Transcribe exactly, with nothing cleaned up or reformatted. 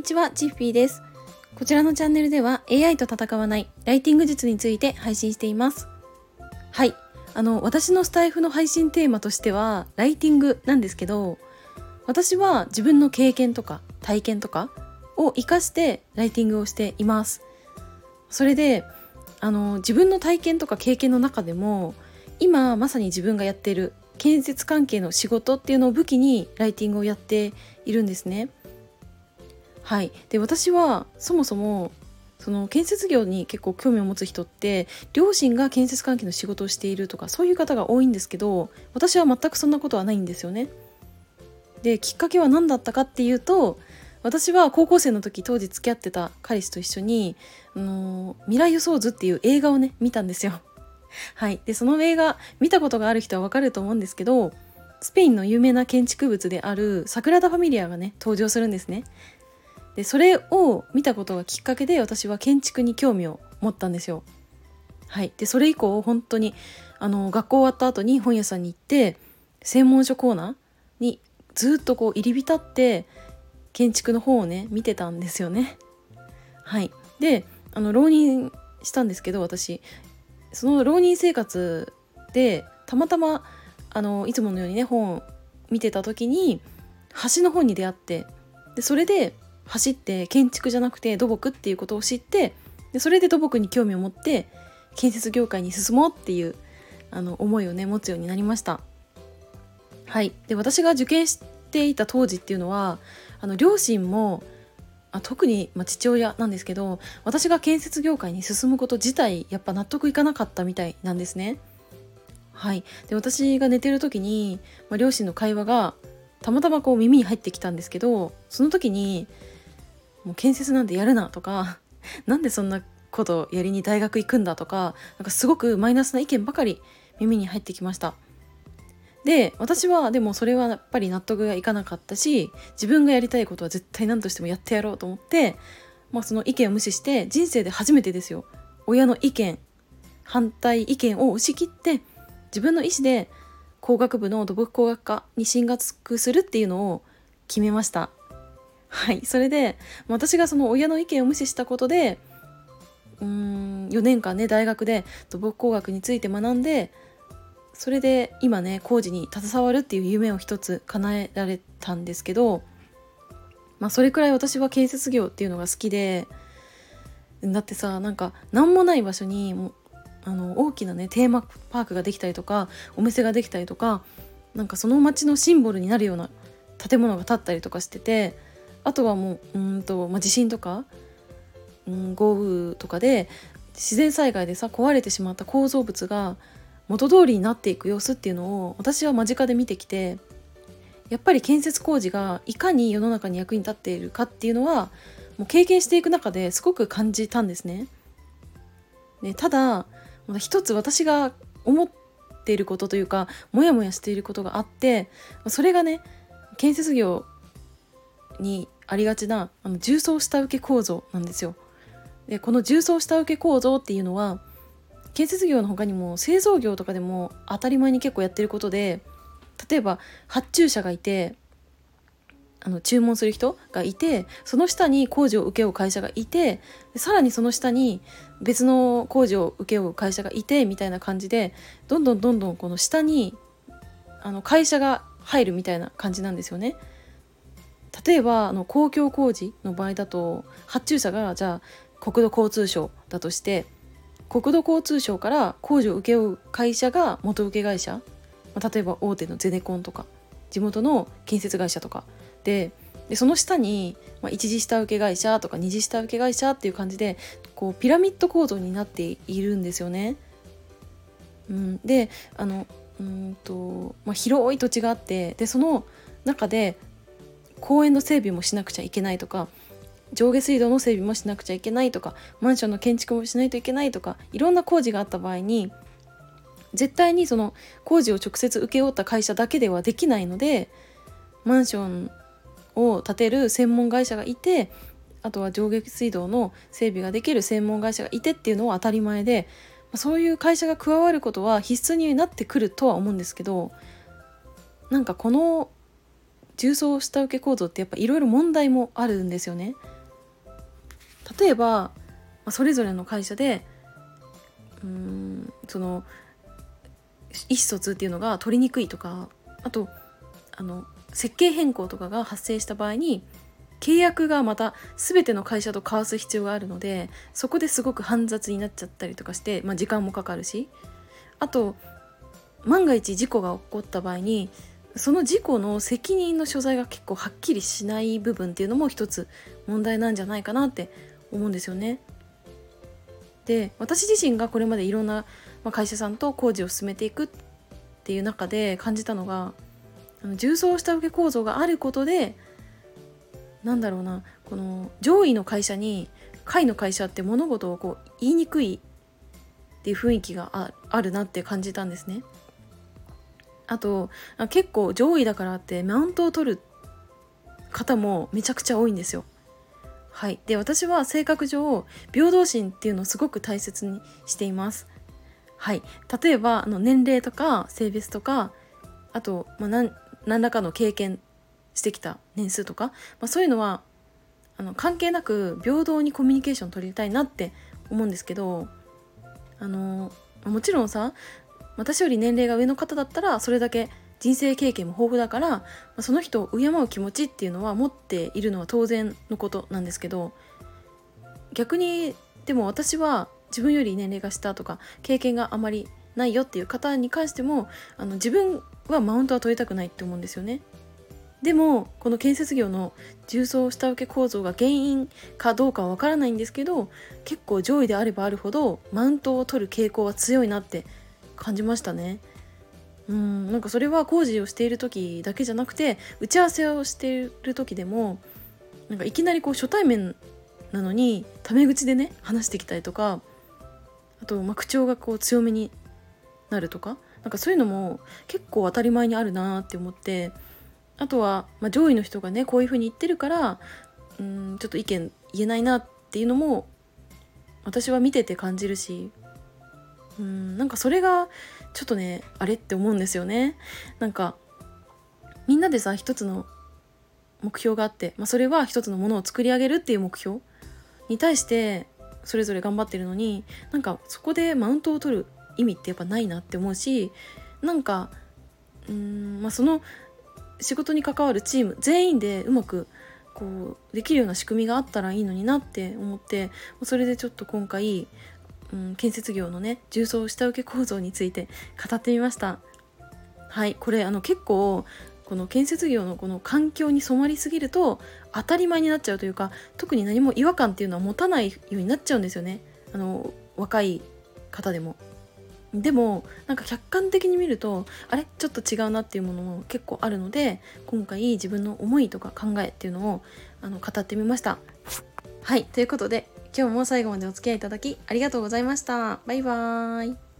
にちは、チッフィーです。こちらのチャンネルでは エーアイ と戦わないライティング術について配信しています。はい、あの私のスタイフの配信テーマとしてはライティングなんですけど、私は自分の経験とか体験とかを活かしてライティングをしています。それであの自分の体験とか経験の中でも今まさに自分がやっている建設関係の仕事っていうのを武器にライティングをやっているんですね。はい、で私はそもそもその建設業に結構興味を持つ人って両親が建設関係の仕事をしているとかそういう方が多いんですけど、私は全くそんなことはないんですよね。できっかけは何だったかっていうと、私は高校生の時当時付き合ってた彼氏と一緒に、あの未来予想図っていう映画をね見たんですよ。はい、でその映画見たことがある人はわかると思うんですけど、スペインの有名な建築物であるサグラダ・ファミリアがね登場するんですね。でそれを見たことがきっかけで私は建築に興味を持ったんですよ。はい、でそれ以降本当にあの学校終わった後に本屋さんに行って専門書コーナーにずっとこう入り浸って建築の本をね見てたんですよね。はい、であの浪人したんですけど、私その浪人生活でたまたまあのいつものようにね本を見てた時に橋の本に出会って、でそれで橋って建築じゃなくて土木っていうことを知って、でそれで土木に興味を持って建設業界に進もうっていうあの思いをね持つようになりました。はい、で私が受験していた当時っていうのはあの両親もあ特に、まあ、父親なんですけど、私が建設業界に進むこと自体やっぱ納得いかなかったみたいなんですね。はい、で私が寝てる時に、まあ、両親の会話がたまたまこう耳に入ってきたんですけど、その時にもう建設なんてやるなとかなんでそんなことやりに大学行くんだとか、なんかすごくマイナスな意見ばかり耳に入ってきました。で私はでもそれはやっぱり納得がいかなかったし、自分がやりたいことは絶対何としてもやってやろうと思って、まあ、その意見を無視して人生で初めてですよ、親の意見反対意見を押し切って自分の意思で工学部の土木工学科に進学するっていうのを決めました。はい、それで私がその親の意見を無視したことでうーんよねんかんね大学で土木工学について学んで、それで今ね工事に携わるっていう夢を一つ叶えられたんですけど、まあそれくらい私は建設業っていうのが好きで、だってさなんか何もない場所にもうあの大きなねテーマパークができたりとかお店ができたりとか、なんかその街のシンボルになるような建物が建ったりとかしてて、あとはもううんと、まあ、地震とか、うん、豪雨とかで自然災害でさ壊れてしまった構造物が元通りになっていく様子っていうのを私は間近で見てきて、やっぱり建設工事がいかに世の中に役に立っているかっていうのはもう経験していく中ですごく感じたんですね。でただまだ一つ私が思っていることというかモヤモヤしていることがあって、それがね建設業にありがちなあの重層下請け構造なんですよ。でこの重層下請け構造っていうのは建設業の他にも製造業とかでも当たり前に結構やってることで、例えば発注者がいてあの注文する人がいて、その下に工事を請け負う会社がいて、さらにその下に別の工事を請け負う会社がいてみたいな感じで、どんどんどんどんこの下にあの会社が入るみたいな感じなんですよね。例えばあの公共工事の場合だと発注者がじゃあ国土交通省だとして、国土交通省から工事を請け負う会社が元請け会社、まあ、例えば大手のゼネコンとか地元の建設会社とかで、でその下に、まあ、一次下請け会社とか二次下請け会社っていう感じでこうピラミッド構造になっているんですよね。うん、であのうんと、まあ、広い土地があって、でその中で公園の整備もしなくちゃいけないとか、上下水道の整備もしなくちゃいけないとか、マンションの建築もしないといけないとか、いろんな工事があった場合に絶対にその工事を直接請け負った会社だけではできないので、マンションを建てる専門会社がいて、あとは上下水道の整備ができる専門会社がいてっていうのは当たり前で、そういう会社が加わることは必須になってくるとは思うんですけど、なんかこの重層下請け構造ってやっぱいろいろ問題もあるんですよね。 例えば、まあ、それぞれの会社でうーんその意思疎通っていうのが取りにくいとか、あとあの設計変更とかが発生した場合に契約がまた全ての会社と交わす必要があるので、そこですごく煩雑になっちゃったりとかして、まあ、時間もかかるし、あと万が一事故が起こった場合にその事故の責任の所在が結構はっきりしない部分っていうのも一つ問題なんじゃないかなって思うんですよね。で、私自身がこれまでいろんな会社さんと工事を進めていくっていう中で感じたのが、あの重層下請け構造があることで、なんだろうな、この上位の会社に下位の会社って物事をこう言いにくいっていう雰囲気が あ, あるなって感じたんですね。あと結構上位だからってマウントを取る方もめちゃくちゃ多いんですよ。はい、で私は性格上平等心っていうのをすごく大切にしています。はい、例えばあの年齢とか性別とか、あと、まあ、何, 何らかの経験してきた年数とか、まあ、そういうのはあの関係なく平等にコミュニケーション取りたいなって思うんですけど、あのもちろんさ、私より年齢が上の方だったらそれだけ人生経験も豊富だから、まあ、その人を敬う気持ちっていうのは持っているのは当然のことなんですけど、逆にでも私は自分より年齢が下とか経験があまりないよっていう方に関しても、あの自分はマウントは取りたくないって思うんですよね。でもこの建設業の重層下請け構造が原因かどうかはわからないんですけど、結構上位であればあるほどマウントを取る傾向は強いなって感じましたね。うん、なんかそれは工事をしている時だけじゃなくて、打ち合わせをしている時でも、なんかいきなりこう初対面なのにタメ口でね話してきたりとか、あとまあ口調がこう強めになるとか、なんかそういうのも結構当たり前にあるなって思って、あとは、まあ、上位の人がねこういう風に言ってるから、うん、ちょっと意見言えないなっていうのも私は見てて感じるし、うん、なんかそれがちょっとねあれって思うんですよね。なんかみんなでさ一つの目標があって、まあ、それは一つのものを作り上げるっていう目標に対してそれぞれ頑張ってるのに、なんかそこでマウントを取る意味ってやっぱないなって思うし、なんかうーん、まあ、その仕事に関わるチーム全員でうまくこうできるような仕組みがあったらいいのになって思って、それでちょっと今回、うん、建設業のね重層下請け構造について語ってみました。はい、これあの結構この建設業のこの環境に染まりすぎると当たり前になっちゃうというか、特に何も違和感っていうのは持たないようになっちゃうんですよね、あの若い方でも。でもなんか客観的に見るとあれちょっと違うなっていうものも結構あるので、今回自分の思いとか考えっていうのをあの語ってみました。はい、ということで今日も最後までお付き合いいただきありがとうございました。バイバーイ。